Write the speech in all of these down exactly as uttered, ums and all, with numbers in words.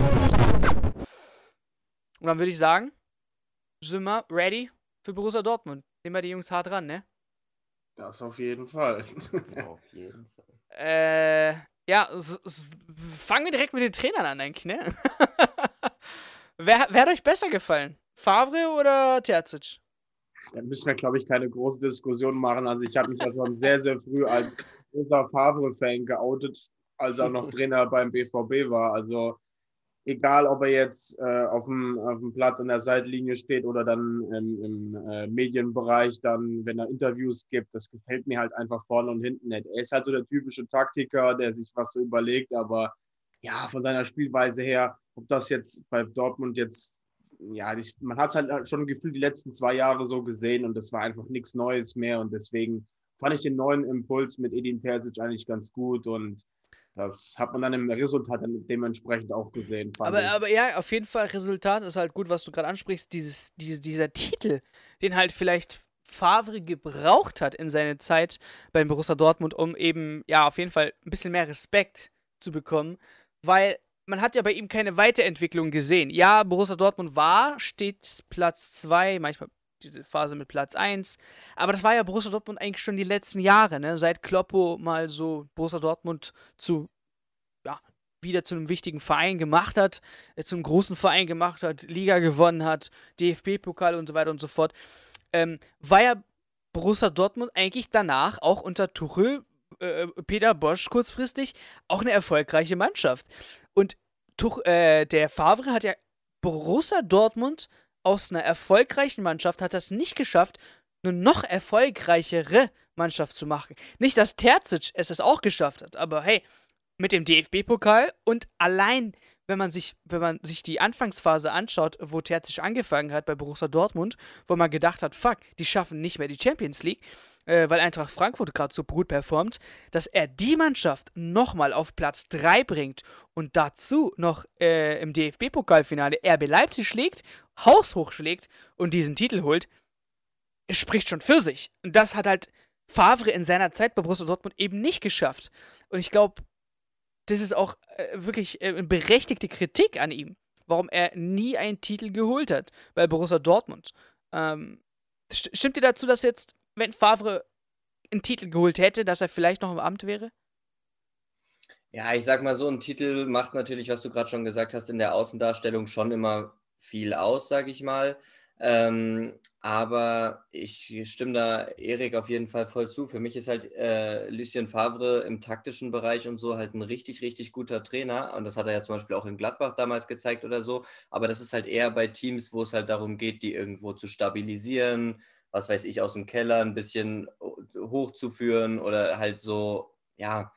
Und dann würde ich sagen, sind wir ready für Borussia Dortmund. Nehmen wir die Jungs hart ran, ne? Das auf jeden Fall. Auf jeden Fall. Äh, ja, s- s- fangen wir direkt mit den Trainern an, eigentlich, ne? wer, wer hat euch besser gefallen? Favre oder Terzic? Da müssen wir, glaube ich, keine große Diskussion machen. Also ich habe mich ja schon sehr, sehr früh als großer Favre-Fan geoutet, als er noch Trainer beim B V B war. Also egal, ob er jetzt äh, auf, dem, auf dem Platz an der Seitenlinie steht oder dann im, im äh, Medienbereich, dann, wenn er Interviews gibt, das gefällt mir halt einfach vorne und hinten nicht. Er ist halt so der typische Taktiker, der sich was so überlegt, aber ja, von seiner Spielweise her, ob das jetzt bei Dortmund jetzt, ja, ich, man hat es halt schon gefühlt die letzten zwei Jahre so gesehen und das war einfach nichts Neues mehr und deswegen fand ich den neuen Impuls mit Edin Terzic eigentlich ganz gut und das hat man dann im Resultat dann dementsprechend auch gesehen, fand Aber, ich. aber ja, auf jeden Fall, Resultat ist halt gut, was du gerade ansprichst. Dieses, dieses, dieser Titel, den halt vielleicht Favre gebraucht hat in seiner Zeit beim Borussia Dortmund, um eben, ja, auf jeden Fall ein bisschen mehr Respekt zu bekommen. Weil man hat ja bei ihm keine Weiterentwicklung gesehen. Ja, Borussia Dortmund war stets Platz zwei, manchmal diese Phase mit Platz eins. Aber das war ja Borussia Dortmund eigentlich schon die letzten Jahre, ne? Seit Kloppo mal so Borussia Dortmund zu, ja, wieder zu einem wichtigen Verein gemacht hat, äh, zum großen Verein gemacht hat, Liga gewonnen hat, D F B-Pokal und so weiter und so fort, ähm, war ja Borussia Dortmund eigentlich danach auch unter Tuchel, äh, Peter Bosch kurzfristig, auch eine erfolgreiche Mannschaft. Und Tuch, äh, der Favre hat ja Borussia Dortmund aus einer erfolgreichen Mannschaft, hat das nicht geschafft, eine noch erfolgreichere Mannschaft zu machen. Nicht, dass Terzic es es auch geschafft hat, aber hey, mit dem D F B-Pokal und allein, wenn man sich, wenn man sich die Anfangsphase anschaut, wo Terzic angefangen hat bei Borussia Dortmund, wo man gedacht hat, fuck, die schaffen nicht mehr die Champions League, äh, weil Eintracht Frankfurt gerade so gut performt, dass er die Mannschaft nochmal auf Platz drei bringt und dazu noch äh, im D F B-Pokalfinale R B Leipzig schlägt, haushoch schlägt und diesen Titel holt, spricht schon für sich. Und das hat halt Favre in seiner Zeit bei Borussia Dortmund eben nicht geschafft. Und ich glaube, das ist auch äh, wirklich äh, eine berechtigte Kritik an ihm, warum er nie einen Titel geholt hat bei Borussia Dortmund. Ähm, st stimmt dir dazu, dass jetzt, wenn Favre einen Titel geholt hätte, dass er vielleicht noch im Amt wäre? Ja, ich sag mal so, ein Titel macht natürlich, was du gerade schon gesagt hast, in der Außendarstellung schon immer viel aus, sag ich mal. Ähm, aber ich stimme da Erik auf jeden Fall voll zu. Für mich ist halt äh, Lucien Favre im taktischen Bereich und so halt ein richtig, richtig guter Trainer. Und das hat er ja zum Beispiel auch in Gladbach damals gezeigt oder so. Aber das ist halt eher bei Teams, wo es halt darum geht, die irgendwo zu stabilisieren, was weiß ich, aus dem Keller ein bisschen hochzuführen oder halt so, ja,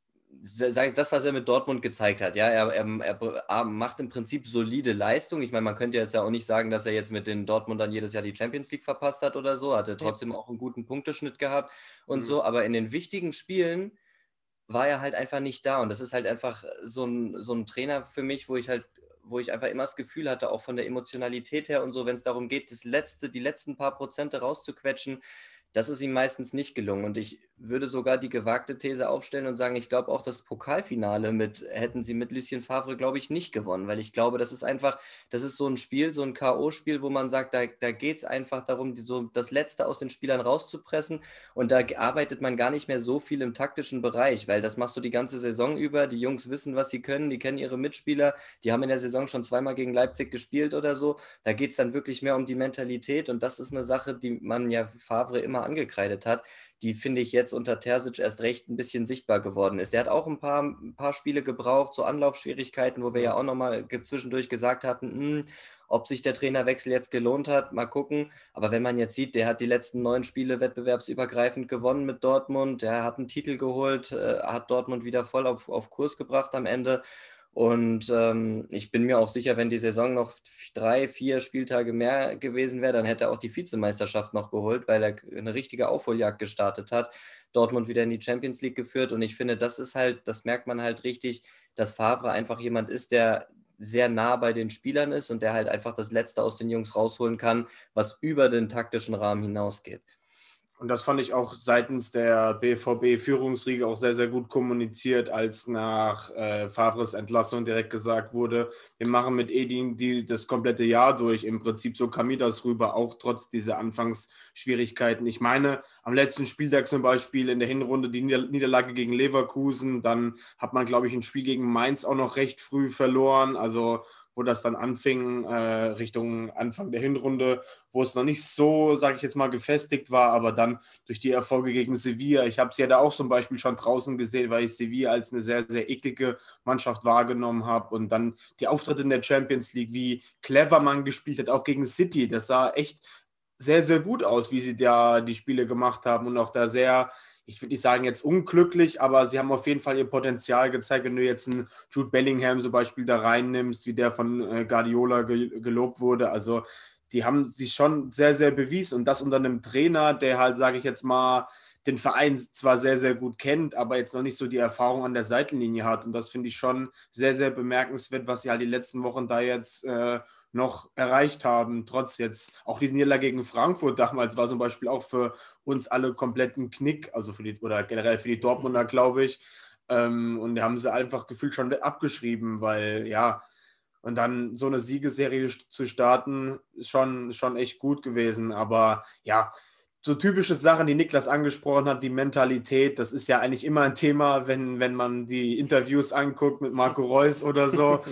das, was er mit Dortmund gezeigt hat, ja, er, er, er macht im Prinzip solide Leistung. Ich meine, man könnte jetzt ja auch nicht sagen, dass er jetzt mit den Dortmundern jedes Jahr die Champions League verpasst hat oder so, hat er trotzdem auch einen guten Punkteschnitt gehabt und mhm. so, aber in den wichtigen Spielen war er halt einfach nicht da und das ist halt einfach so ein, so ein Trainer für mich, wo ich halt wo ich einfach immer das Gefühl hatte, auch von der Emotionalität her und so, wenn es darum geht, das letzte, die letzten paar Prozente rauszuquetschen, das ist ihm meistens nicht gelungen. Und ich würde sogar die gewagte These aufstellen und sagen, ich glaube auch das Pokalfinale mit, hätten sie mit Lucien Favre, glaube ich, nicht gewonnen, weil ich glaube, das ist einfach, das ist so ein Spiel, so ein K O-Spiel, wo man sagt, da, da geht es einfach darum, die, so das Letzte aus den Spielern rauszupressen und da arbeitet man gar nicht mehr so viel im taktischen Bereich, weil das machst du die ganze Saison über, die Jungs wissen, was sie können, die kennen ihre Mitspieler, die haben in der Saison schon zweimal gegen Leipzig gespielt oder so, da geht es dann wirklich mehr um die Mentalität und das ist eine Sache, die man ja Favre immer angekreidet hat, die finde ich jetzt unter Terzic erst recht ein bisschen sichtbar geworden ist. Der hat auch ein paar, ein paar Spiele gebraucht, so Anlaufschwierigkeiten, wo wir ja auch nochmal zwischendurch gesagt hatten, mh, ob sich der Trainerwechsel jetzt gelohnt hat, mal gucken. Aber wenn man jetzt sieht, der hat die letzten neun Spiele wettbewerbsübergreifend gewonnen mit Dortmund, der hat einen Titel geholt, äh, hat Dortmund wieder voll auf, auf Kurs gebracht am Ende. Und ähm, ich bin mir auch sicher, wenn die Saison noch drei, vier Spieltage mehr gewesen wäre, dann hätte er auch die Vizemeisterschaft noch geholt, weil er eine richtige Aufholjagd gestartet hat, Dortmund wieder in die Champions League geführt. Und ich finde, das ist halt, das merkt man halt richtig, dass Favre einfach jemand ist, der sehr nah bei den Spielern ist und der halt einfach das Letzte aus den Jungs rausholen kann, was über den taktischen Rahmen hinausgeht. Und das fand ich auch seitens der B V B-Führungsriege auch sehr, sehr gut kommuniziert, als nach äh, Favres Entlassung direkt gesagt wurde, wir machen mit Edin die, das komplette Jahr durch, im Prinzip so kam mir das rüber, auch trotz dieser Anfangsschwierigkeiten. Ich meine, am letzten Spieltag zum Beispiel in der Hinrunde die Nieder- Niederlage gegen Leverkusen, dann hat man, glaube ich, ein Spiel gegen Mainz auch noch recht früh verloren, also wo das dann anfing, äh, Richtung Anfang der Hinrunde, wo es noch nicht so, sage ich jetzt mal, gefestigt war, aber dann durch die Erfolge gegen Sevilla, ich habe es ja da auch zum Beispiel schon draußen gesehen, weil ich Sevilla als eine sehr, sehr eklige Mannschaft wahrgenommen habe und dann die Auftritte in der Champions League, wie clever man gespielt hat, auch gegen City, das sah echt sehr, sehr gut aus, wie sie da die Spiele gemacht haben und auch da sehr, ich würde nicht sagen jetzt unglücklich, aber sie haben auf jeden Fall ihr Potenzial gezeigt, wenn du jetzt einen Jude Bellingham zum Beispiel da reinnimmst, wie der von äh, Guardiola ge- gelobt wurde, also die haben sich schon sehr, sehr bewiesen und das unter einem Trainer, der halt, sage ich jetzt mal, den Verein zwar sehr, sehr gut kennt, aber jetzt noch nicht so die Erfahrung an der Seitenlinie hat und das finde ich schon sehr, sehr bemerkenswert, was sie halt die letzten Wochen da jetzt äh, noch erreicht haben, trotz jetzt auch die Niederlage gegen Frankfurt damals war zum Beispiel auch für uns alle komplett ein Knick, also für die, oder generell für die Dortmunder, glaube ich. Ähm, und die haben sie einfach gefühlt schon abgeschrieben, weil ja, und dann so eine Siegesserie zu starten, ist schon, schon echt gut gewesen. Aber ja, so typische Sachen, die Niklas angesprochen hat, wie Mentalität, das ist ja eigentlich immer ein Thema, wenn, wenn man die Interviews anguckt mit Marco Reus oder so.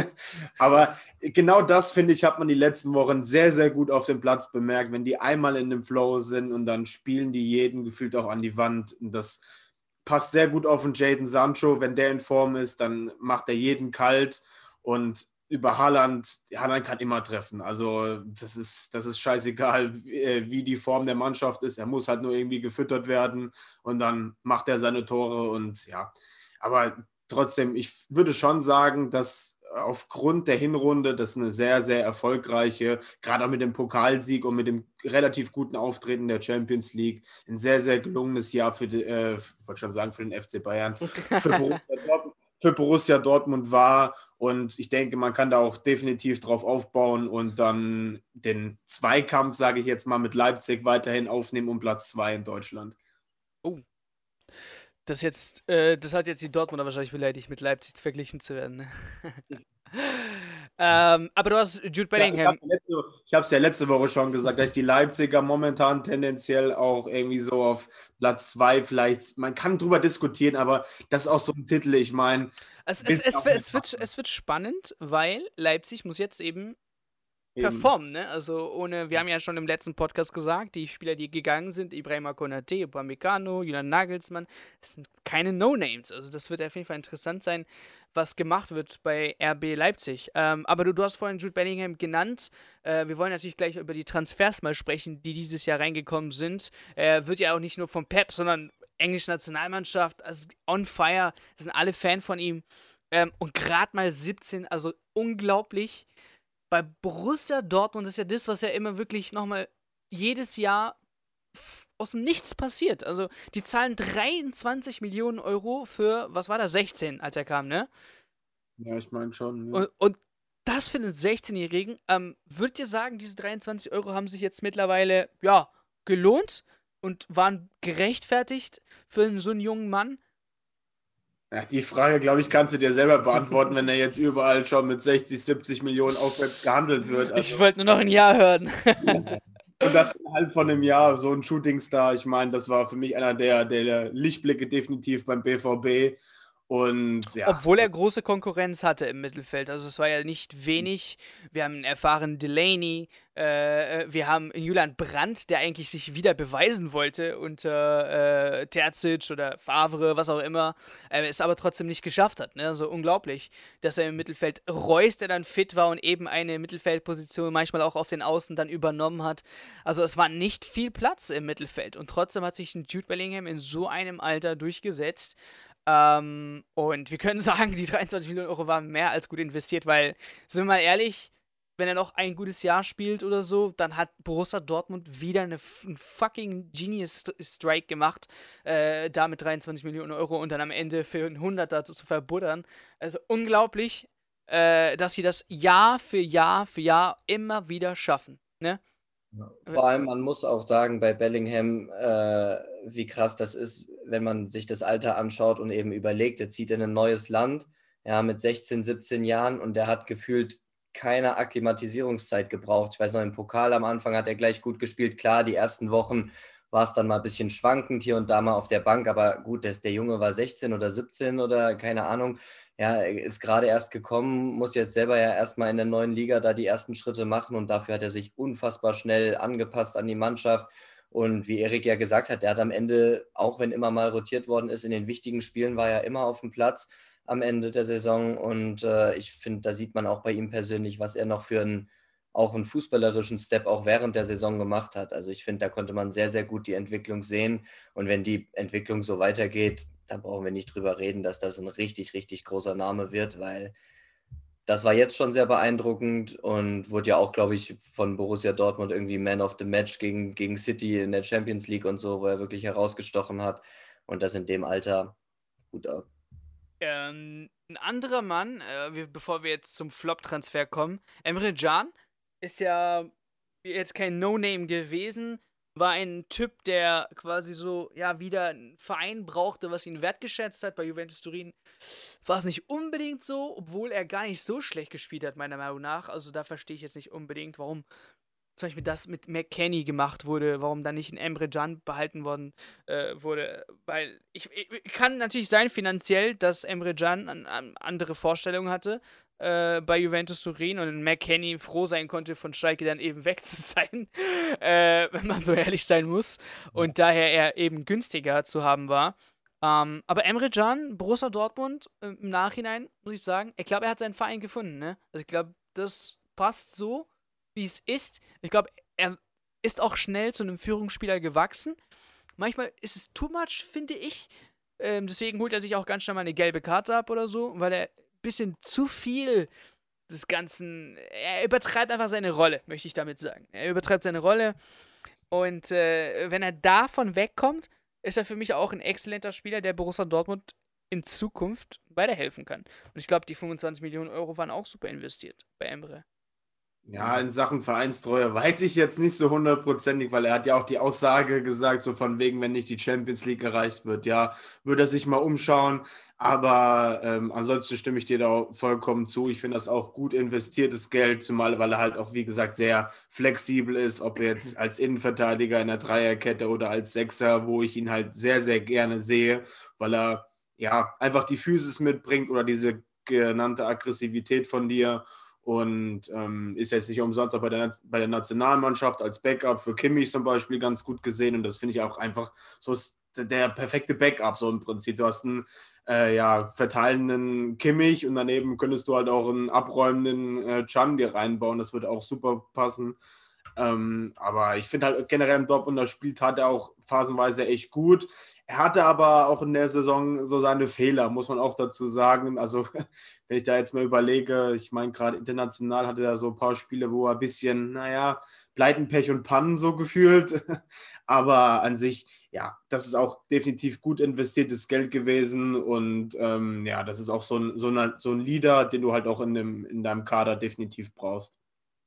Aber genau das, finde ich, hat man die letzten Wochen sehr, sehr gut auf dem Platz bemerkt, wenn die einmal in dem Flow sind und dann spielen die jeden gefühlt auch an die Wand. Und das passt sehr gut auf den Jadon Sancho. Wenn der in Form ist, dann macht er jeden kalt und über Haaland, Haaland kann immer treffen. Also das ist, das ist scheißegal, wie, wie die Form der Mannschaft ist. Er muss halt nur irgendwie gefüttert werden und dann macht er seine Tore und ja. Aber trotzdem, ich würde schon sagen, dass aufgrund der Hinrunde das eine sehr, sehr erfolgreiche, gerade auch mit dem Pokalsieg und mit dem relativ guten Auftreten der Champions League, ein sehr, sehr gelungenes Jahr für, die, äh, ich wollte schon sagen, für den F C Bayern, für Borussia Dortmund, für Borussia Dortmund war. Und ich denke, man kann da auch definitiv drauf aufbauen und dann den Zweikampf, sage ich jetzt mal, mit Leipzig weiterhin aufnehmen um Platz zwei in Deutschland. Oh, das jetzt, äh, das hat jetzt die Dortmunder wahrscheinlich beleidigt, mit Leipzig verglichen zu werden. Ne? ähm, aber du hast Jude Ja, Bellingham. ich habe es ja letzte Woche schon gesagt, dass die Leipziger momentan tendenziell auch irgendwie so auf Platz zwei vielleicht, man kann drüber diskutieren, aber das ist auch so ein Titel, ich meine. Es, es, es, es, wird, es wird spannend, weil Leipzig muss jetzt eben performen, ne? Also ohne, wir haben ja schon im letzten Podcast gesagt, die Spieler, die gegangen sind, Ibrahima Konate, Upamecano, Julian Nagelsmann, das sind keine No-Names. Also das wird auf jeden Fall interessant sein, was gemacht wird bei R B Leipzig. Ähm, aber du, du hast vorhin Jude Bellingham genannt. Äh, wir wollen natürlich gleich über die Transfers mal sprechen, die dieses Jahr reingekommen sind. Er wird ja auch nicht nur vom Pep, sondern englische Nationalmannschaft, also on fire, sind alle Fan von ihm. Ähm, und gerade mal siebzehn, also unglaublich. Bei Borussia Dortmund ist ja das, was ja immer wirklich nochmal jedes Jahr f- aus dem Nichts passiert. Also, die zahlen dreiundzwanzig Millionen Euro für, was war das, sechzehn, als er kam, ne? Ja, ich meine schon. Ja. Und, und das für einen sechzehnjährigen, ähm, würdet ihr sagen, diese dreiundzwanzig Euro haben sich jetzt mittlerweile, ja, gelohnt und waren gerechtfertigt für so einen jungen Mann? Ja, die Frage, glaube ich, kannst du dir selber beantworten, wenn er jetzt überall schon mit sechzig, siebzig Millionen aufwärts gehandelt wird. Also, Ich wollte nur noch ein Jahr hören. und das innerhalb von einem Jahr, so ein Shootingstar, ich meine, das war für mich einer der, der Lichtblicke definitiv beim B V B. Und ja. Obwohl er große Konkurrenz hatte im Mittelfeld. Also es war ja nicht wenig. Wir haben einen erfahrenen Delaney, äh, äh, wir haben einen Julian Brandt, der eigentlich sich wieder beweisen wollte unter äh, Terzic oder Favre, was auch immer, äh, es aber trotzdem nicht geschafft hat. Ne? Also unglaublich, dass er im Mittelfeld Reus, der dann fit war und eben eine Mittelfeldposition manchmal auch auf den Außen dann übernommen hat. Also es war nicht viel Platz im Mittelfeld und trotzdem hat sich ein Jude Bellingham in so einem Alter durchgesetzt. Ähm, und wir können sagen, die dreiundzwanzig Millionen Euro waren mehr als gut investiert, weil, sind wir mal ehrlich, wenn er noch ein gutes Jahr spielt oder so, dann hat Borussia Dortmund wieder eine einen fucking Genius Strike gemacht, äh, da mit dreiundzwanzig Millionen Euro und dann am Ende für einen Hunderter zu, zu verbuddern. Also unglaublich, äh, dass sie das Jahr für Jahr für Jahr immer wieder schaffen, ne? Ja. Vor allem, man muss auch sagen, bei Bellingham, äh, wie krass das ist, wenn man sich das Alter anschaut und eben überlegt, er zieht in ein neues Land, ja, mit sechzehn, siebzehn Jahren und der hat gefühlt keine Akklimatisierungszeit gebraucht. Ich weiß noch, im Pokal am Anfang hat er gleich gut gespielt. Klar, die ersten Wochen war es dann mal ein bisschen schwankend hier und da mal auf der Bank, aber gut, das, der Junge war sechzehn oder siebzehn oder keine Ahnung. Ja, er ist gerade erst gekommen, muss jetzt selber ja erstmal in der neuen Liga da die ersten Schritte machen und dafür hat er sich unfassbar schnell angepasst an die Mannschaft. Und wie Erik ja gesagt hat, der hat am Ende, auch wenn immer mal rotiert worden ist, in den wichtigen Spielen war er immer auf dem Platz am Ende der Saison. Und äh, ich finde, da sieht man auch bei ihm persönlich, was er noch für einen, auch einen fußballerischen Step auch während der Saison gemacht hat. Also ich finde, da konnte man sehr, sehr gut die Entwicklung sehen. Und wenn die Entwicklung so weitergeht, da brauchen wir nicht drüber reden, dass das ein richtig, richtig großer Name wird, weil das war jetzt schon sehr beeindruckend und wurde ja auch, glaube ich, von Borussia Dortmund irgendwie Man of the Match gegen, gegen City in der Champions League und so, wo er wirklich herausgestochen hat. Und das in dem Alter gut ab. Ähm, ein anderer Mann, äh, wir, bevor wir jetzt zum Flop-Transfer kommen, Emre Can ist ja jetzt kein No-Name gewesen, war ein Typ, der quasi so, ja, wieder einen Verein brauchte, was ihn wertgeschätzt hat. Bei Juventus Turin war es nicht unbedingt so, obwohl er gar nicht so schlecht gespielt hat, meiner Meinung nach. Also da verstehe ich jetzt nicht unbedingt, warum zum Beispiel das mit McKennie gemacht wurde, warum da nicht ein Emre Can behalten worden äh, wurde. Weil ich, ich kann natürlich sein finanziell, dass Emre Can an, an andere Vorstellungen hatte äh, bei Juventus Turin und McKennie froh sein konnte, von Schalke dann eben weg zu sein, äh, wenn man so ehrlich sein muss. Und daher er eben günstiger zu haben war. Ähm, aber Emre Can, Borussia Dortmund, äh, im Nachhinein muss ich sagen, ich glaube, er hat seinen Verein gefunden. Ne? Also ich glaube, das passt so, wie es ist. Ich glaube, er ist auch schnell zu einem Führungsspieler gewachsen. Manchmal ist es too much, finde ich. Ähm, deswegen holt er sich auch ganz schnell mal eine gelbe Karte ab oder so, weil er ein bisschen zu viel des Ganzen. Er übertreibt einfach seine Rolle, möchte ich damit sagen. Er übertreibt seine Rolle. Und äh, wenn er davon wegkommt, ist er für mich auch ein exzellenter Spieler, der Borussia Dortmund in Zukunft weiterhelfen kann. Und ich glaube, die fünfundzwanzig Millionen Euro waren auch super investiert bei Emre. Ja, in Sachen Vereinstreue weiß ich jetzt nicht so hundertprozentig, weil er hat ja auch die Aussage gesagt, so von wegen, wenn nicht die Champions League erreicht wird, ja, würde er sich mal umschauen. Aber ähm, ansonsten stimme ich dir da vollkommen zu. Ich finde das auch gut investiertes Geld, zumal weil er halt auch, wie gesagt, sehr flexibel ist, ob jetzt als Innenverteidiger in der Dreierkette oder als Sechser, wo ich ihn halt sehr, sehr gerne sehe, weil er ja einfach die Physis mitbringt oder diese genannte Aggressivität von dir. Und ähm, ist jetzt nicht umsonst auch bei der, bei der Nationalmannschaft als Backup für Kimmich zum Beispiel ganz gut gesehen. Und das finde ich auch einfach so der perfekte Backup, so im Prinzip. Du hast einen äh, ja, verteilenden Kimmich und daneben könntest du halt auch einen abräumenden äh, Can dir reinbauen. Das würde auch super passen. Ähm, aber ich finde halt generell im Dortmunder Spiel tat er auch phasenweise echt gut. Er hatte aber auch in der Saison so seine Fehler, muss man auch dazu sagen. Also, wenn ich da jetzt mal überlege, ich meine, gerade international hatte er so ein paar Spiele, wo er ein bisschen, naja, Pleiten, Pech und Pannen so gefühlt. Aber an sich, ja, das ist auch definitiv gut investiertes Geld gewesen. Und ähm, ja, das ist auch so ein, so, ein, so ein Leader, den du halt auch in, dem, in deinem Kader definitiv brauchst.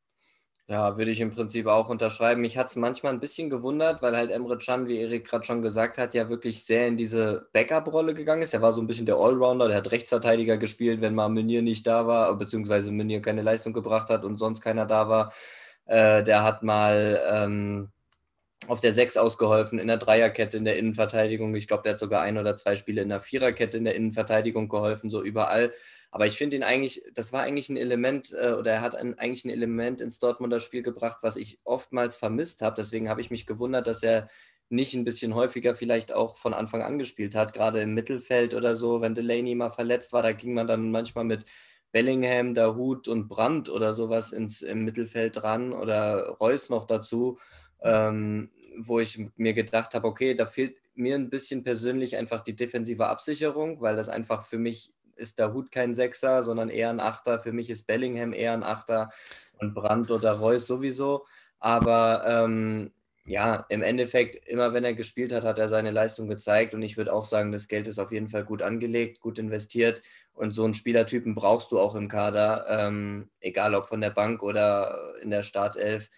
Ja, würde ich im Prinzip auch unterschreiben. Mich hat es manchmal ein bisschen gewundert, weil halt Emre Can, wie Erik gerade schon gesagt hat, ja wirklich sehr in diese Backup-Rolle gegangen ist. Er war so ein bisschen der Allrounder, der hat Rechtsverteidiger gespielt, wenn mal Meunier nicht da war, beziehungsweise Meunier keine Leistung gebracht hat und sonst keiner da war. Äh, der hat mal ähm, auf der sechs ausgeholfen, in der Dreierkette in der Innenverteidigung. Ich glaube, der hat sogar ein oder zwei Spiele in der Viererkette in der Innenverteidigung geholfen, so überall. Aber ich finde ihn eigentlich, das war eigentlich ein Element, äh, oder er hat ein, eigentlich ein Element ins Dortmunder Spiel gebracht, was ich oftmals vermisst habe. Deswegen habe ich mich gewundert, dass er nicht ein bisschen häufiger vielleicht auch von Anfang an gespielt hat, gerade im Mittelfeld oder so, wenn Delaney mal verletzt war, da ging man dann manchmal mit Bellingham, Dahoud und Brandt oder sowas ins, im Mittelfeld ran oder Reus noch dazu, ähm, wo ich mir gedacht habe, okay, da fehlt mir ein bisschen persönlich einfach die defensive Absicherung, weil das einfach für mich ist Dahoud kein Sechser, sondern eher ein Achter. Für mich ist Bellingham eher ein Achter und Brandt oder Reus sowieso. Aber ähm, ja, im Endeffekt, immer wenn er gespielt hat, hat er seine Leistung gezeigt. Und ich würde auch sagen, das Geld ist auf jeden Fall gut angelegt, gut investiert. Und so einen Spielertypen brauchst du auch im Kader, ähm, egal ob von der Bank oder in der Startelf.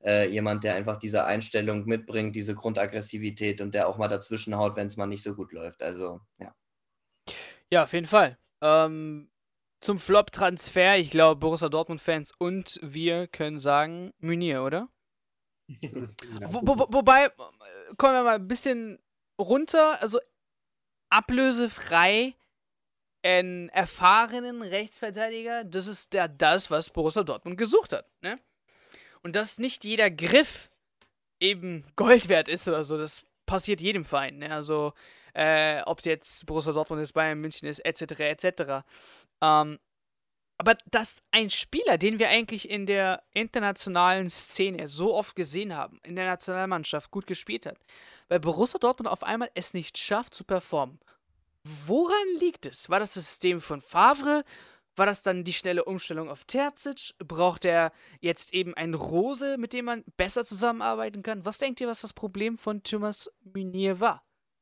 äh, jemand, der einfach diese Einstellung mitbringt, diese Grundaggressivität und der auch mal dazwischen haut, wenn es mal nicht so gut läuft. Also, ja. Ja, auf jeden Fall. Ähm, zum Flop-Transfer, ich glaube, Borussia Dortmund-Fans und wir können sagen, Meunier, oder? Ja, Wo, wo, wo- wobei, äh, kommen wir mal ein bisschen runter, also ablösefrei einen erfahrenen Rechtsverteidiger, das ist ja das, was Borussia Dortmund gesucht hat, ne? Und dass nicht jeder Griff eben Gold wert ist oder so, das passiert jedem Verein, ne? Also, äh, ob es jetzt Borussia Dortmund ist, Bayern München ist, et cetera, et cetera. Ähm, aber dass ein Spieler, den wir eigentlich in der internationalen Szene so oft gesehen haben, in der Nationalmannschaft gut gespielt hat, weil Borussia Dortmund auf einmal es nicht schafft zu performen. Woran liegt es? War das das System von Favre? War das dann die schnelle Umstellung auf Terzic? Braucht er jetzt eben einen Rose, mit dem man besser zusammenarbeiten kann? Was denkt ihr, was das Problem von Thomas Meunier war?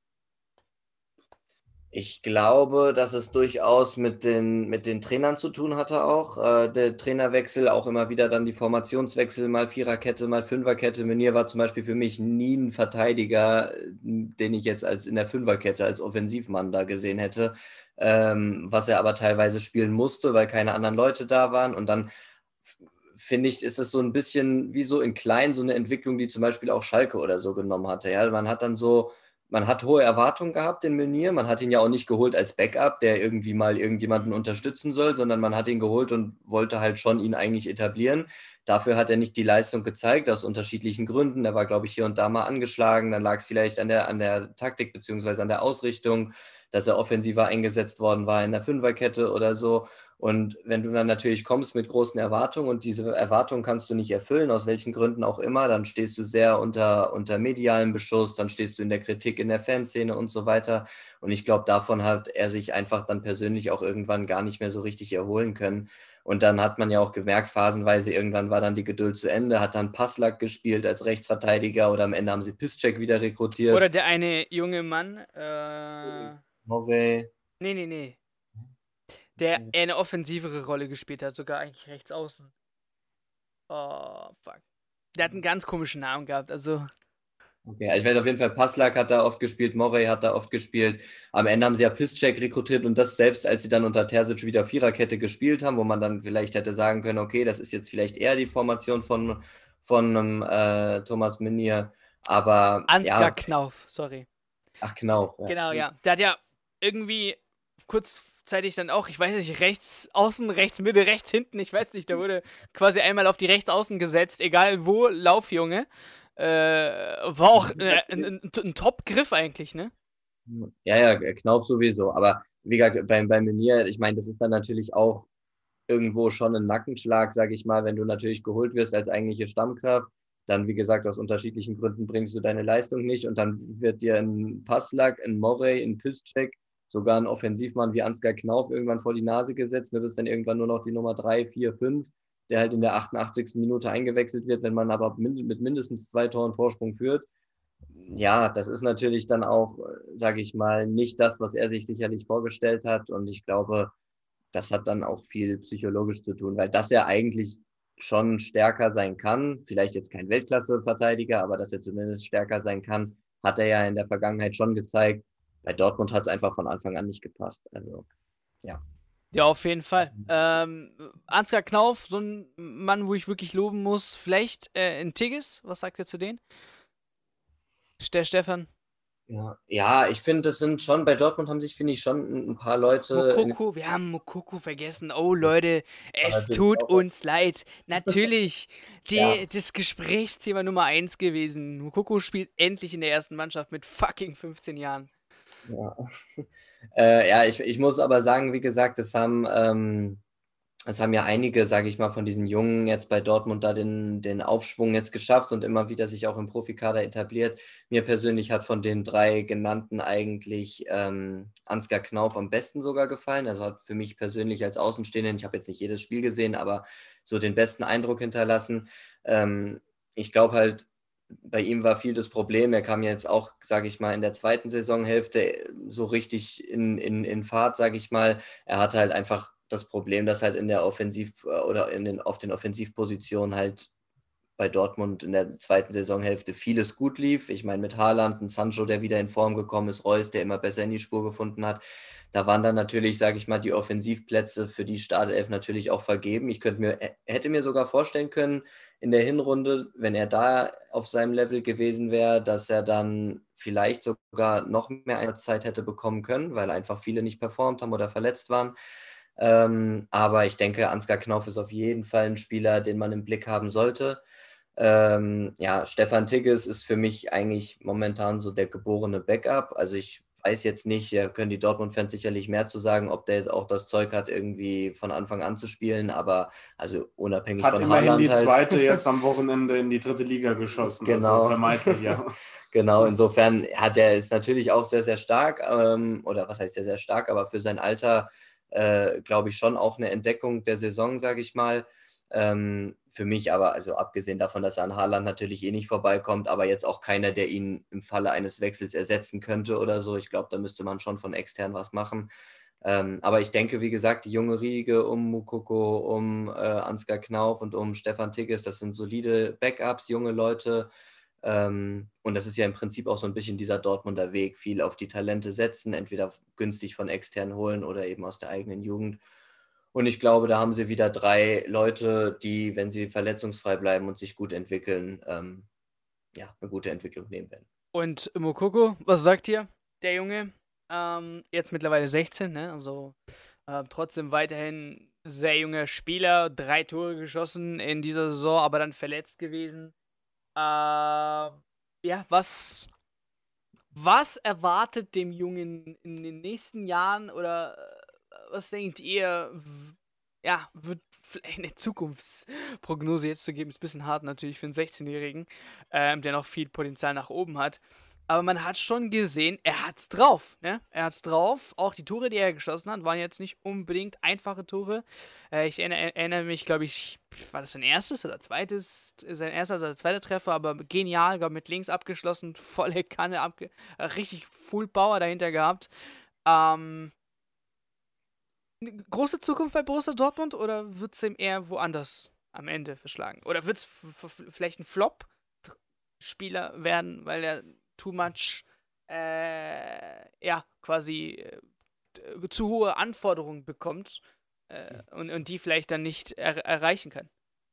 Ich glaube, dass es durchaus mit den, mit den Trainern zu tun hatte auch. Äh, der Trainerwechsel, auch immer wieder dann die Formationswechsel, mal Viererkette, mal Fünferkette. Meunier war zum Beispiel für mich nie ein Verteidiger, äh, den ich jetzt als in der Fünferkette als Offensivmann da gesehen hätte, ähm, was er aber teilweise spielen musste, weil keine anderen Leute da waren. Und dann finde ich, ist das so ein bisschen wie so in klein, so eine Entwicklung, die zum Beispiel auch Schalke oder so genommen hatte. Ja, man hat dann so man hat hohe Erwartungen gehabt in Meunier. Man hat ihn ja auch nicht geholt als Backup, der irgendwie mal irgendjemanden unterstützen soll, sondern man hat ihn geholt und wollte halt schon ihn eigentlich etablieren. Dafür hat er nicht die Leistung gezeigt, aus unterschiedlichen Gründen. Er war, glaube ich, hier und da mal angeschlagen. Dann lag es vielleicht an der, an der Taktik beziehungsweise an der Ausrichtung, dass er offensiver eingesetzt worden war in der Fünferkette oder so. Und wenn du dann natürlich kommst mit großen Erwartungen und diese Erwartungen kannst du nicht erfüllen, aus welchen Gründen auch immer, dann stehst du sehr unter, unter medialem Beschuss, dann stehst du in der Kritik in der Fanszene und so weiter. Und ich glaube, davon hat er sich einfach dann persönlich auch irgendwann gar nicht mehr so richtig erholen können. Und dann hat man ja auch gemerkt, phasenweise irgendwann war dann die Geduld zu Ende, hat dann Passlack gespielt als Rechtsverteidiger oder am Ende haben sie Piszczek wieder rekrutiert. Oder der eine junge Mann, äh. Morey. Nee, nee, nee. Der eine offensivere Rolle gespielt hat, sogar eigentlich rechts außen. Oh, fuck. Der hat einen ganz komischen Namen gehabt, also. Okay, also ich weiß auf jeden Fall, Passlack hat da oft gespielt, Morey hat da oft gespielt. Am Ende haben sie ja Piszczek rekrutiert und das selbst, als sie dann unter Terzic wieder Viererkette gespielt haben, wo man dann vielleicht hätte sagen können, okay, das ist jetzt vielleicht eher die Formation von, von äh, Thomas Meunier, aber Ansgar ja. Knauf, sorry. Ach, Knauf. Ja. Genau, ja. Der hat ja irgendwie kurzzeitig dann auch, ich weiß nicht, rechts außen, rechts Mitte, rechts hinten, ich weiß nicht, da wurde quasi einmal auf die rechts außen gesetzt, egal wo, Laufjunge. Äh, war auch äh, ein, ein, ein Top-Griff eigentlich, ne? Ja, ja, Knauf sowieso. Aber wie gesagt, beim, beim Meunier, ich meine, das ist dann natürlich auch irgendwo schon ein Nackenschlag, sage ich mal, wenn du natürlich geholt wirst als eigentliche Stammkraft. Dann, wie gesagt, aus unterschiedlichen Gründen bringst du deine Leistung nicht und dann wird dir ein Passlack, ein Morey, ein Piszczek, sogar ein Offensivmann wie Ansgar Knauf irgendwann vor die Nase gesetzt. Du bist dann irgendwann nur noch die Nummer drei, vier, fünf, der halt in der achtundachtzigsten Minute eingewechselt wird, wenn man aber mit mindestens zwei Toren Vorsprung führt. Ja, das ist natürlich dann auch, sage ich mal, nicht das, was er sich sicherlich vorgestellt hat. Und ich glaube, das hat dann auch viel psychologisch zu tun, weil das ja eigentlich schon stärker sein kann, vielleicht jetzt kein Weltklasse-Verteidiger, aber dass er zumindest stärker sein kann, hat er ja in der Vergangenheit schon gezeigt. Bei Dortmund hat es einfach von Anfang an nicht gepasst. Also, ja. Ja, auf jeden Fall. Ähm, Ansgar Knauf, so ein Mann, wo ich wirklich loben muss. Vielleicht äh, in Tigges, was sagt ihr zu denen? Der Stefan? Ja, ja, ich finde, das sind schon, bei Dortmund haben sich, finde ich, schon ein paar Leute. Mokoko, wir haben Mokoko vergessen. Oh Leute, es tut uns leid. Natürlich, die, ja. Das Gesprächsthema Nummer eins gewesen. Mokoko spielt endlich in der ersten Mannschaft mit fucking fünfzehn Jahren. Ja, äh, ja ich, ich muss aber sagen, wie gesagt, das haben, ähm, das haben ja einige, sage ich mal, von diesen Jungen jetzt bei Dortmund da den, den Aufschwung jetzt geschafft und immer wieder sich auch im Profikader etabliert. Mir persönlich hat von den drei genannten eigentlich ähm, Ansgar Knauf am besten sogar gefallen. Also hat für mich persönlich als Außenstehenden, ich habe jetzt nicht jedes Spiel gesehen, aber so den besten Eindruck hinterlassen. Ähm, ich glaube halt, bei ihm war viel das Problem, er kam jetzt auch, sage ich mal, in der zweiten Saisonhälfte so richtig in, in, in Fahrt, sage ich mal. Er hatte halt einfach das Problem, dass halt in der Offensiv- oder in den, auf den Offensivpositionen halt bei Dortmund in der zweiten Saisonhälfte vieles gut lief. Ich meine, mit Haaland, ein Sancho, der wieder in Form gekommen ist, Reus, der immer besser in die Spur gefunden hat. Da waren dann natürlich, sage ich mal, die Offensivplätze für die Startelf natürlich auch vergeben. Ich könnte mir, hätte mir sogar vorstellen können, in der Hinrunde, wenn er da auf seinem Level gewesen wäre, dass er dann vielleicht sogar noch mehr Einsatzzeit hätte bekommen können, weil einfach viele nicht performt haben oder verletzt waren. Ähm, aber ich denke, Ansgar Knauf ist auf jeden Fall ein Spieler, den man im Blick haben sollte. Ähm, ja, Stefan Tigges ist für mich eigentlich momentan so der geborene Backup. Also ich weiß jetzt nicht, da können die Dortmund-Fans sicherlich mehr zu sagen, ob der jetzt auch das Zeug hat, irgendwie von Anfang an zu spielen, aber also unabhängig Hat von immerhin Haaland die halt. zweite jetzt am Wochenende in die dritte Liga geschossen, also Genau. vermeintlich, ja. Genau, insofern hat er ist natürlich auch sehr, sehr stark, ähm, oder was heißt sehr, sehr stark, aber für sein Alter, äh, glaube ich, schon auch eine Entdeckung der Saison, sage ich mal. Ähm, für mich aber, also abgesehen davon, dass er an Haaland natürlich eh nicht vorbeikommt, aber jetzt auch keiner, der ihn im Falle eines Wechsels ersetzen könnte oder so. Ich glaube, da müsste man schon von extern was machen. Ähm, aber ich denke, wie gesagt, die junge Riege um Moukoko, um äh, Ansgar Knauf und um Stefan Tigges, das sind solide Backups, junge Leute. Ähm, und das ist ja im Prinzip auch so ein bisschen dieser Dortmunder Weg, viel auf die Talente setzen, entweder günstig von extern holen oder eben aus der eigenen Jugend. Und ich glaube, da haben sie wieder drei Leute, die, wenn sie verletzungsfrei bleiben und sich gut entwickeln, ähm, ja, eine gute Entwicklung nehmen werden. Und Moukoko, was sagt ihr? Der Junge, ähm, jetzt mittlerweile sechzehn, ne? Also äh, trotzdem weiterhin sehr junger Spieler, drei Tore geschossen in dieser Saison, aber dann verletzt gewesen. Äh, ja, was, was erwartet dem Jungen in den nächsten Jahren oder äh, was denkt ihr, w- ja, wird vielleicht eine Zukunftsprognose jetzt zu geben, ist ein bisschen hart natürlich für einen sechzehn-Jährigen, ähm, der noch viel Potenzial nach oben hat. Aber man hat schon gesehen, er hat's drauf, ne? Er hat's drauf. Auch die Tore, die er geschossen hat, waren jetzt nicht unbedingt einfache Tore. Äh, ich erinnere, erinnere mich, glaube ich, war das sein erstes oder zweites, sein erster oder zweiter Treffer, aber genial, glaube mit links abgeschlossen, volle Kanne, abge äh, richtig Full Power dahinter gehabt. Ähm, große Zukunft bei Borussia Dortmund oder wird es ihm eher woanders am Ende verschlagen? Oder wird es vielleicht ein Flop-Spieler werden, weil er too much, äh, ja, quasi äh, zu hohe Anforderungen bekommt äh, und, und die vielleicht dann nicht er erreichen kann?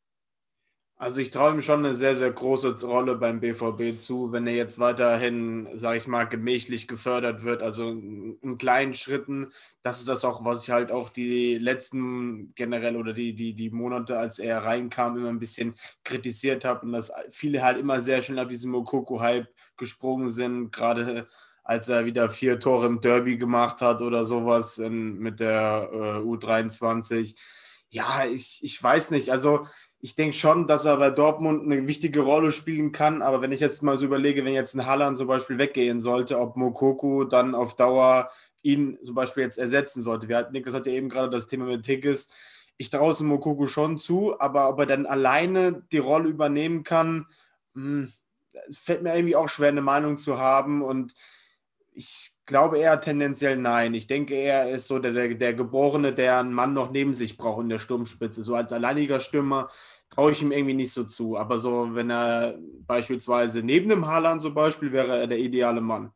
Also ich traue ihm schon eine sehr, sehr große Rolle beim B V B zu, wenn er jetzt weiterhin, sage ich mal, gemächlich gefördert wird, also in, in kleinen Schritten. Das ist das auch, was ich halt auch die letzten generell oder die, die, die Monate, als er reinkam, immer ein bisschen kritisiert habe und dass viele halt immer sehr schnell auf diesen Moukoko-Hype gesprungen sind, gerade als er wieder vier Tore im Derby gemacht hat oder sowas in, mit der äh, U dreiundzwanzig. Ja, ich, ich weiß nicht, also ich denke schon, dass er bei Dortmund eine wichtige Rolle spielen kann, aber wenn ich jetzt mal so überlege, wenn jetzt ein Haaland zum Beispiel weggehen sollte, ob Moukoko dann auf Dauer ihn zum Beispiel jetzt ersetzen sollte. Wir hatten, Niklas hat ja eben gerade das Thema mit Tigges. Ich traue es Moukoko schon zu, aber ob er dann alleine die Rolle übernehmen kann, hm, es fällt mir irgendwie auch schwer, eine Meinung zu haben und ich glaube eher tendenziell nein. Ich denke eher, er ist so der, der, der Geborene, der einen Mann noch neben sich braucht in der Sturmspitze. So als alleiniger Stürmer traue ich ihm irgendwie nicht so zu. Aber so, wenn er beispielsweise neben dem Haaland zum Beispiel wäre er der ideale Mann.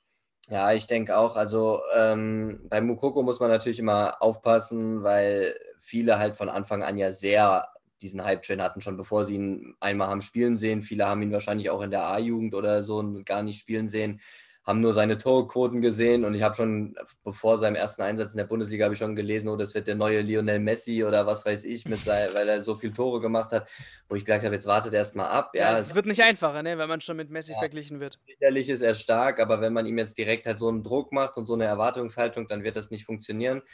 Ja, ich denke auch. Also ähm, bei Moukoko muss man natürlich immer aufpassen, weil viele halt von Anfang an ja sehr diesen Hype-Train hatten, schon bevor sie ihn einmal haben spielen sehen. Viele haben ihn wahrscheinlich auch in der A-Jugend oder so gar nicht spielen sehen, haben nur seine Torquoten gesehen und ich habe schon bevor seinem ersten Einsatz in der Bundesliga habe ich schon gelesen, oh, das wird der neue Lionel Messi oder was weiß ich, mit sein, weil er so viele Tore gemacht hat, wo ich gesagt habe, jetzt wartet erst mal ab. Ja, Ja, es wird nicht einfacher, ne, wenn man schon mit Messi ja, verglichen wird. sicherlich ist er stark, aber wenn man ihm jetzt direkt halt so einen Druck macht und so eine Erwartungshaltung, dann wird das nicht funktionieren.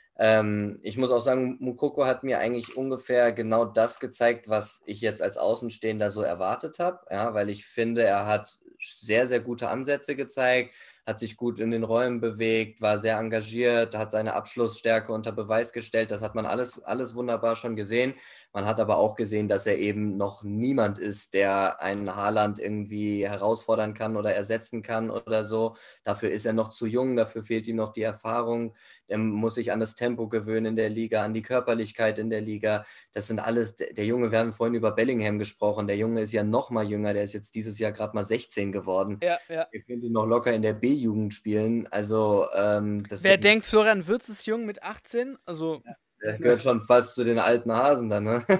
Ähm, ich muss auch sagen, Moukoko hat mir eigentlich ungefähr genau das gezeigt, was ich jetzt als Außenstehender so erwartet habe, ja, weil ich finde, er hat sehr, sehr gute Ansätze gezeigt, hat sich gut in den Räumen bewegt, war sehr engagiert, hat seine Abschlussstärke unter Beweis gestellt. Das hat man alles, alles wunderbar schon gesehen. Man hat aber auch gesehen, dass er eben noch niemand ist, der einen Haaland irgendwie herausfordern kann oder ersetzen kann oder so. Dafür ist er noch zu jung, dafür fehlt ihm noch die Erfahrung. er muss sich an das Tempo gewöhnen in der Liga, an die Körperlichkeit in der Liga. Das sind alles, der Junge, wir haben vorhin über Bellingham gesprochen, der Junge ist ja noch mal jünger, der ist jetzt dieses Jahr gerade mal sechzehn geworden. Ja, ja. Er könnte noch locker in der B-Jugend spielen. Also, ähm, das Wer wird- denkt, Florian Wirtz ist jung mit achtzehn? Also, Der gehört schon fast zu den alten Hasen dann, ne?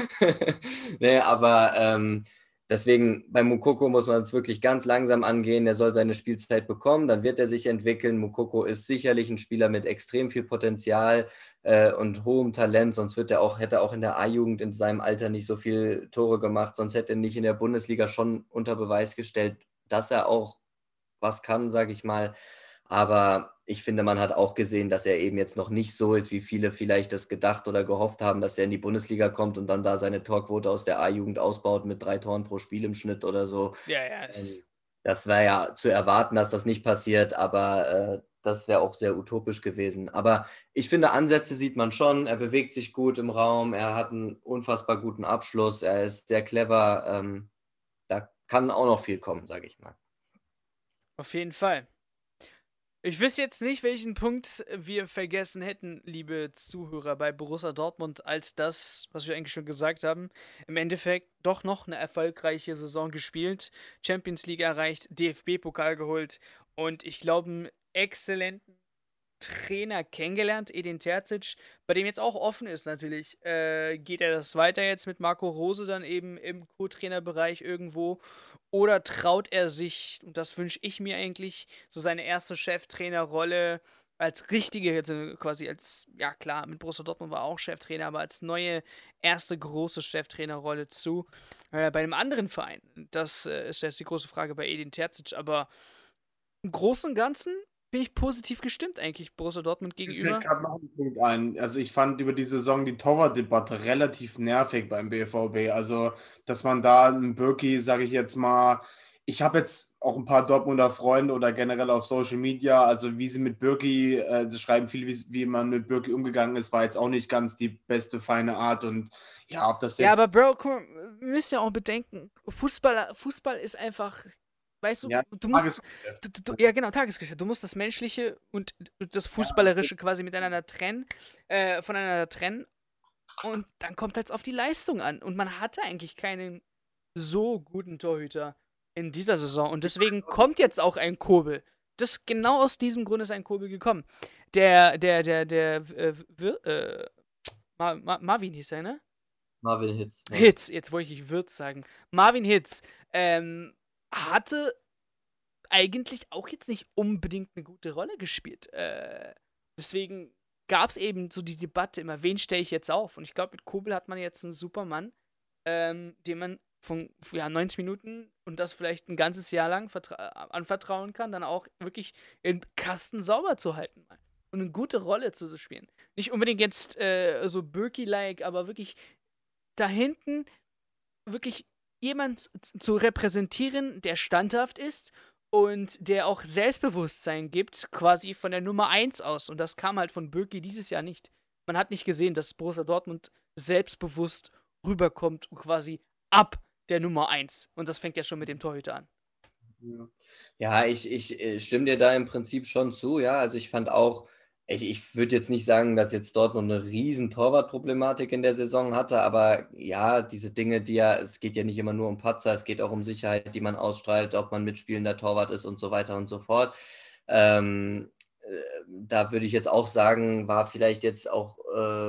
Nee, aber ähm, deswegen, bei Moukoko muss man es wirklich ganz langsam angehen. Er soll seine Spielzeit bekommen, dann wird er sich entwickeln. Moukoko ist sicherlich ein Spieler mit extrem viel Potenzial äh, und hohem Talent, sonst wird er auch, hätte er auch in der A-Jugend in seinem Alter nicht so viel Tore gemacht, sonst hätte er nicht in der Bundesliga schon unter Beweis gestellt, dass er auch was kann, sage ich mal. Aber ich finde, man hat auch gesehen, dass er eben jetzt noch nicht so ist, wie viele vielleicht das gedacht oder gehofft haben, dass er in die Bundesliga kommt und dann da seine Torquote aus der A-Jugend ausbaut mit drei Toren pro Spiel im Schnitt oder so. ja, ja. es- Ähm, Das wäre ja zu erwarten, dass das nicht passiert, aber äh, das wäre auch sehr utopisch gewesen. Aber ich finde, Ansätze sieht man schon. Er bewegt sich gut im Raum, er hat einen unfassbar guten Abschluss, er ist sehr clever. Ähm, da kann auch noch viel kommen, sage ich mal. Auf jeden Fall. Ich wüsste jetzt nicht, welchen Punkt wir vergessen hätten, liebe Zuhörer, bei Borussia Dortmund, als das, was wir eigentlich schon gesagt haben. Im Endeffekt doch noch eine erfolgreiche Saison gespielt, Champions League erreicht, D F B-Pokal geholt und ich glaube, einen exzellenten Trainer kennengelernt, Edin Terzic, bei dem jetzt auch offen ist natürlich. Äh, geht er das weiter jetzt mit Marco Rose dann eben im Co-Trainerbereich irgendwo? Oder traut er sich, und das wünsche ich mir eigentlich, so seine erste Cheftrainerrolle als richtige, also quasi als, ja klar, mit Borussia Dortmund war er auch Cheftrainer, aber als neue erste große Cheftrainerrolle zu äh, bei einem anderen Verein. Das äh, ist jetzt die große Frage bei Edin Terzic, aber im Großen und Ganzen bin ich positiv gestimmt eigentlich Borussia Dortmund Mir gegenüber. fällt gerade noch ein Punkt ein. Also ich fand über die Saison die Torwartdebatte relativ nervig beim B V B. Also, dass man da einen Birki, sage ich jetzt mal, ich habe jetzt auch ein paar Dortmunder Freunde oder generell auf Social Media, also wie sie mit Birki, äh, das schreiben viele, wie, wie man mit Birki umgegangen ist, war jetzt auch nicht ganz die beste, feine Art. Und ja, ob das jetzt... Ja, aber Bro, guck mal, wir müssen ja auch bedenken, Fußball, Fußball ist einfach, weißt du, Ja, du musst, Tagesgeschäft. du, du, ja genau, Tagesgeschäft, du musst das Menschliche und das Fußballerische quasi miteinander trennen, äh, voneinander trennen und dann kommt es auf die Leistung an und man hatte eigentlich keinen so guten Torhüter in dieser Saison und deswegen kommt jetzt auch ein Kobel. Das, genau aus diesem Grund ist ein Kobel gekommen. Der, der, der, der, äh, Wir- äh, Ma- Ma- Marvin hieß er, ne? Marvin Hitz. Ne? Hitz, jetzt wollte ich Wirtz sagen. Marvin Hitz ähm, hatte eigentlich auch jetzt nicht unbedingt eine gute Rolle gespielt. Äh, deswegen gab es eben so die Debatte immer, wen stelle ich jetzt auf? Und ich glaube, mit Kobel hat man jetzt einen Supermann, ähm, dem man von ja, neunzig Minuten und das vielleicht ein ganzes Jahr lang vertra- anvertrauen kann, dann auch wirklich den Kasten sauber zu halten und eine gute Rolle zu spielen. Nicht unbedingt jetzt äh, so Birki-like, aber wirklich da hinten wirklich jemand z- zu repräsentieren, der standhaft ist und der auch Selbstbewusstsein gibt, quasi von der Nummer eins aus. Und das kam halt von Birki dieses Jahr nicht. Man hat nicht gesehen, dass Borussia Dortmund selbstbewusst rüberkommt und quasi ab der Nummer eins. Und das fängt ja schon mit dem Torhüter an. Ja. Ja, ich, ich äh, stimme dir da im Prinzip schon zu, ja. Also ich fand auch, ich, ich würde jetzt nicht sagen, dass jetzt Dortmund eine riesen Torwartproblematik in der Saison hatte, aber ja, diese Dinge, die ja, es geht ja nicht immer nur um Patzer, es geht auch um Sicherheit, die man ausstrahlt, ob man mitspielender Torwart ist und so weiter und so fort. Ähm, äh, Da würde ich jetzt auch sagen, war vielleicht jetzt auch äh,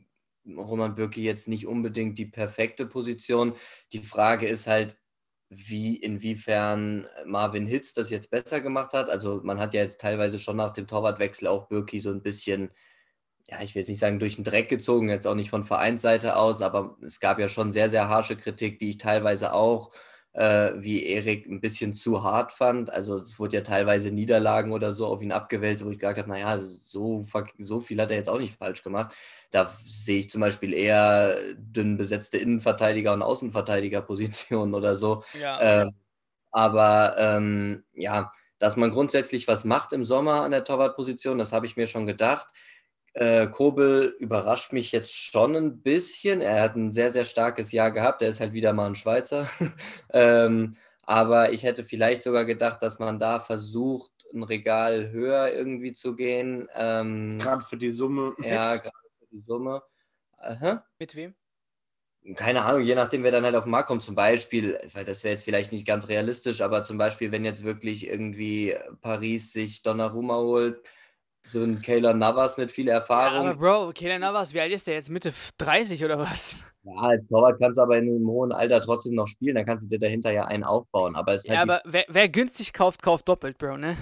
Roman Bürki jetzt nicht unbedingt die perfekte Position. Die Frage ist halt, wie, inwiefern Marvin Hitz das jetzt besser gemacht hat. Also man hat ja jetzt teilweise schon nach dem Torwartwechsel auch Bürki so ein bisschen, ja, ich will jetzt nicht sagen durch den Dreck gezogen, jetzt auch nicht von Vereinsseite aus, aber es gab ja schon sehr, sehr harsche Kritik, die ich teilweise auch, äh, wie Erik, ein bisschen zu hart fand. Also es wurde ja teilweise Niederlagen oder so auf ihn abgewälzt, wo ich gesagt habe, naja, so, verk- so viel hat er jetzt auch nicht falsch gemacht. Da sehe ich zum Beispiel eher dünn besetzte Innenverteidiger- und Außenverteidigerpositionen oder so. Ja. Ähm, aber ähm, ja, dass man grundsätzlich was macht im Sommer an der Torwartposition, das habe ich mir schon gedacht. Äh, Kobel überrascht mich jetzt schon ein bisschen. Er hat ein sehr, sehr starkes Jahr gehabt. Er ist halt wieder mal ein Schweizer. ähm, aber ich hätte vielleicht sogar gedacht, dass man da versucht, ein Regal höher irgendwie zu gehen. Ähm, Gerade für die Summe. ja, gerade für die Summe. Aha. Mit wem? Keine Ahnung, je nachdem, wer dann halt auf den Markt kommt. Zum Beispiel, weil das wäre jetzt vielleicht nicht ganz realistisch, aber zum Beispiel, wenn jetzt wirklich irgendwie Paris sich Donnarumma holt, so ein Keylor Navas mit viel Ja, Erfahrung. aber Bro, Keylor Navas, wie alt ist der jetzt? Mitte dreißig oder was? Ja, als Torwart kannst du aber in einem hohen Alter trotzdem noch spielen, dann kannst du dir dahinter ja einen aufbauen. Aber es ist Ja, halt die, aber wer, wer günstig kauft, kauft doppelt, Bro, ne?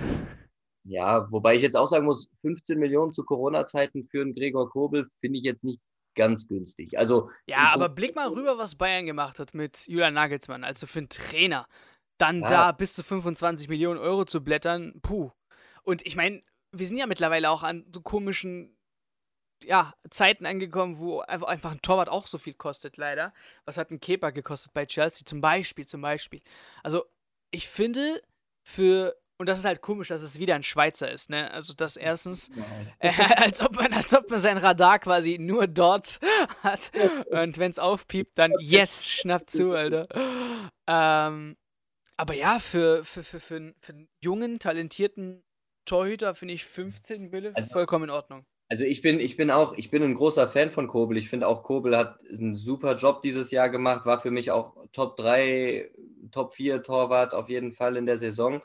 ja, wobei ich jetzt auch sagen muss, fünfzehn Millionen zu Corona-Zeiten für einen Gregor Kobel finde ich jetzt nicht ganz günstig. Also, Ja, aber blick mal rüber, was Bayern gemacht hat mit Julian Nagelsmann. Also für einen Trainer. Dann Ja. da bis zu fünfundzwanzig Millionen Euro zu blättern, puh. Und ich meine, wir sind ja mittlerweile auch an so komischen, ja, Zeiten angekommen, wo einfach einfach ein Torwart auch so viel kostet, leider. Was hat ein Kepa gekostet bei Chelsea? Zum Beispiel, zum Beispiel. Also, ich finde, für, und das ist halt komisch, dass es wieder ein Schweizer ist, ne? Also, das erstens, äh, als ob man, als ob man sein Radar quasi nur dort hat. Und wenn es aufpiept, dann yes, schnapp zu, Alter. Ähm, aber ja, für, für, für, für, einen- für einen jungen, talentierten Torhüter finde ich fünfzehn Mille Also- vollkommen in Ordnung. Also ich bin, ich bin auch, ich bin ein großer Fan von Kobel. Ich finde auch, Kobel hat einen super Job dieses Jahr gemacht, war für mich auch Top drei, Top vier Torwart auf jeden Fall in der Saison.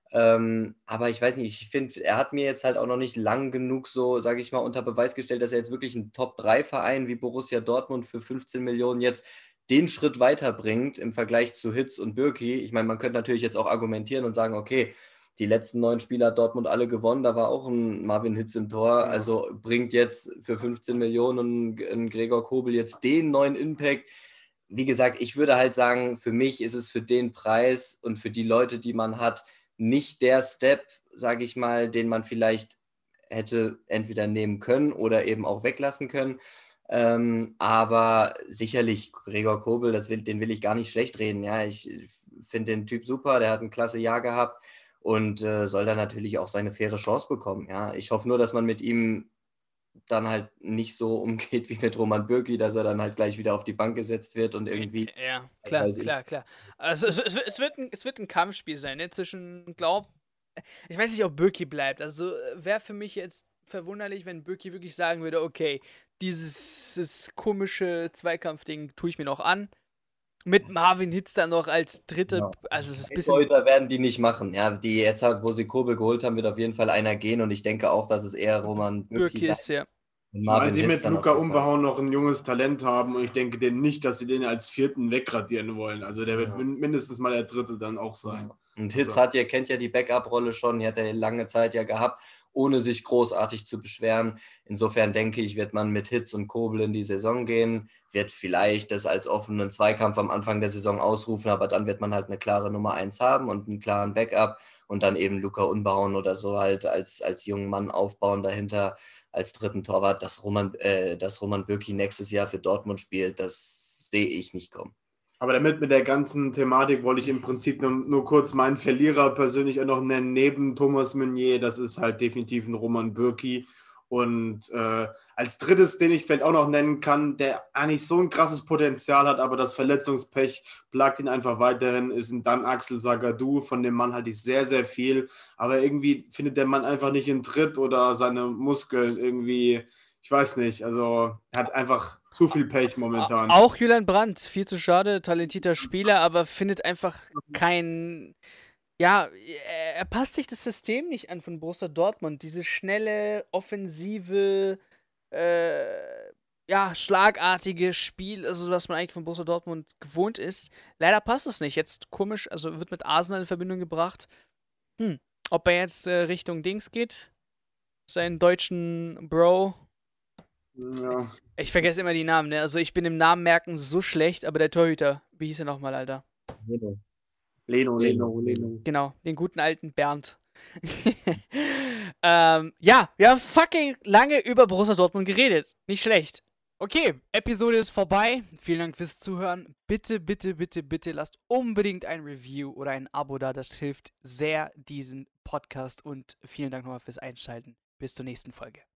Ähm, aber ich weiß nicht, ich finde, er hat mir jetzt halt auch noch nicht lang genug so, sage ich mal, unter Beweis gestellt, dass er jetzt wirklich ein Top drei Verein wie Borussia Dortmund für fünfzehn Millionen jetzt den Schritt weiterbringt im Vergleich zu Hitz und Birki. Ich meine, man könnte natürlich jetzt auch argumentieren und sagen, okay, die letzten neun Spiele hat Dortmund alle gewonnen, da war auch ein Marvin Hitz im Tor, Ja. also bringt jetzt für fünfzehn Millionen ein Gregor Kobel jetzt den neuen Impact. Wie gesagt, ich würde halt sagen, für mich ist es für den Preis und für die Leute, die man hat, nicht der Step, sage ich mal, den man vielleicht hätte entweder nehmen können oder eben auch weglassen können. Ähm, aber sicherlich, Gregor Kobel, das will, den will ich gar nicht schlecht reden. Ja, ich finde den Typ super, der hat ein klasse Jahr gehabt und äh, soll dann natürlich auch seine faire Chance bekommen. Ja, ich hoffe nur, dass man mit ihm dann halt nicht so umgeht wie mit Roman Bürki, dass er dann halt gleich wieder auf die Bank gesetzt wird und irgendwie. Ja, klar, weiß ich. klar, klar. Also es, es, es, wird ein, es wird ein Kampfspiel sein, ne? Zwischen, glaub, ich weiß nicht, ob Birki bleibt. Also wäre für mich jetzt verwunderlich, wenn Birki wirklich sagen würde, okay, dieses, dieses komische Zweikampfding tue ich mir noch an. Mit Marvin Hitz dann noch als dritte, Ja. also es ist ein Die bisschen. Torhüter werden die nicht machen. Ja, die jetzt halt, wo sie Kobel geholt haben, wird auf jeden Fall einer gehen und ich denke auch, dass es eher Roman Bürki Birki sein ist ja. und Weil Marvin sie Hitz mit dann Luca auf jeden Fall. Umbehauen noch ein junges Talent haben und ich denke denen nicht, dass sie den als vierten wegradieren wollen. Also der wird Ja. min- mindestens mal der dritte dann auch sein. Und Hitz Also- hat ja, kennt ja die Backup-Rolle schon, die hat er lange Zeit ja gehabt, ohne sich großartig zu beschweren. Insofern denke ich, wird man mit Hitz und Kobel in die Saison gehen, wird vielleicht das als offenen Zweikampf am Anfang der Saison ausrufen, aber dann wird man halt eine klare Nummer eins haben und einen klaren Backup und dann eben Luca Unbauen oder so halt als, als jungen Mann aufbauen dahinter als dritten Torwart, dass Roman, äh, dass Roman Bürki nächstes Jahr für Dortmund spielt, das sehe ich nicht kommen. Aber damit mit der ganzen Thematik wollte ich im Prinzip nur, nur kurz meinen Verlierer persönlich auch noch nennen, neben Thomas Meunier, das ist halt definitiv ein Roman Bürki. Und äh, als drittes, den ich vielleicht auch noch nennen kann, der eigentlich so ein krasses Potenzial hat, aber das Verletzungspech plagt ihn einfach weiterhin, ist ein dann Axel Sagadou. Von dem Mann halte ich sehr, sehr viel. Aber irgendwie findet der Mann einfach nicht in Tritt oder seine Muskeln irgendwie, ich weiß nicht, also er hat einfach zu viel Pech momentan. Auch Julian Brandt, viel zu schade, talentierter Spieler, aber findet einfach kein. Ja, er, er passt sich das System nicht an von Borussia Dortmund. Diese schnelle, offensive, äh, ja, schlagartige Spiel, also was man eigentlich von Borussia Dortmund gewohnt ist. Leider passt es nicht. Jetzt komisch, also wird mit Arsenal in Verbindung gebracht. Hm, ob er jetzt äh, Richtung Dings geht, seinen deutschen Bro. Ja. Ich vergesse immer die Namen, ne? Also ich bin im Namen merken so schlecht, aber der Torhüter, wie hieß er nochmal, Alter? Leno, Leno, Leno. Genau, den guten alten Bernd. ähm, ja, wir haben fucking lange über Borussia Dortmund geredet. Nicht schlecht. Okay, Episode ist vorbei. Vielen Dank fürs Zuhören. Bitte, bitte, bitte, bitte lasst unbedingt ein Review oder ein Abo da. Das hilft sehr diesen Podcast und vielen Dank nochmal fürs Einschalten. Bis zur nächsten Folge.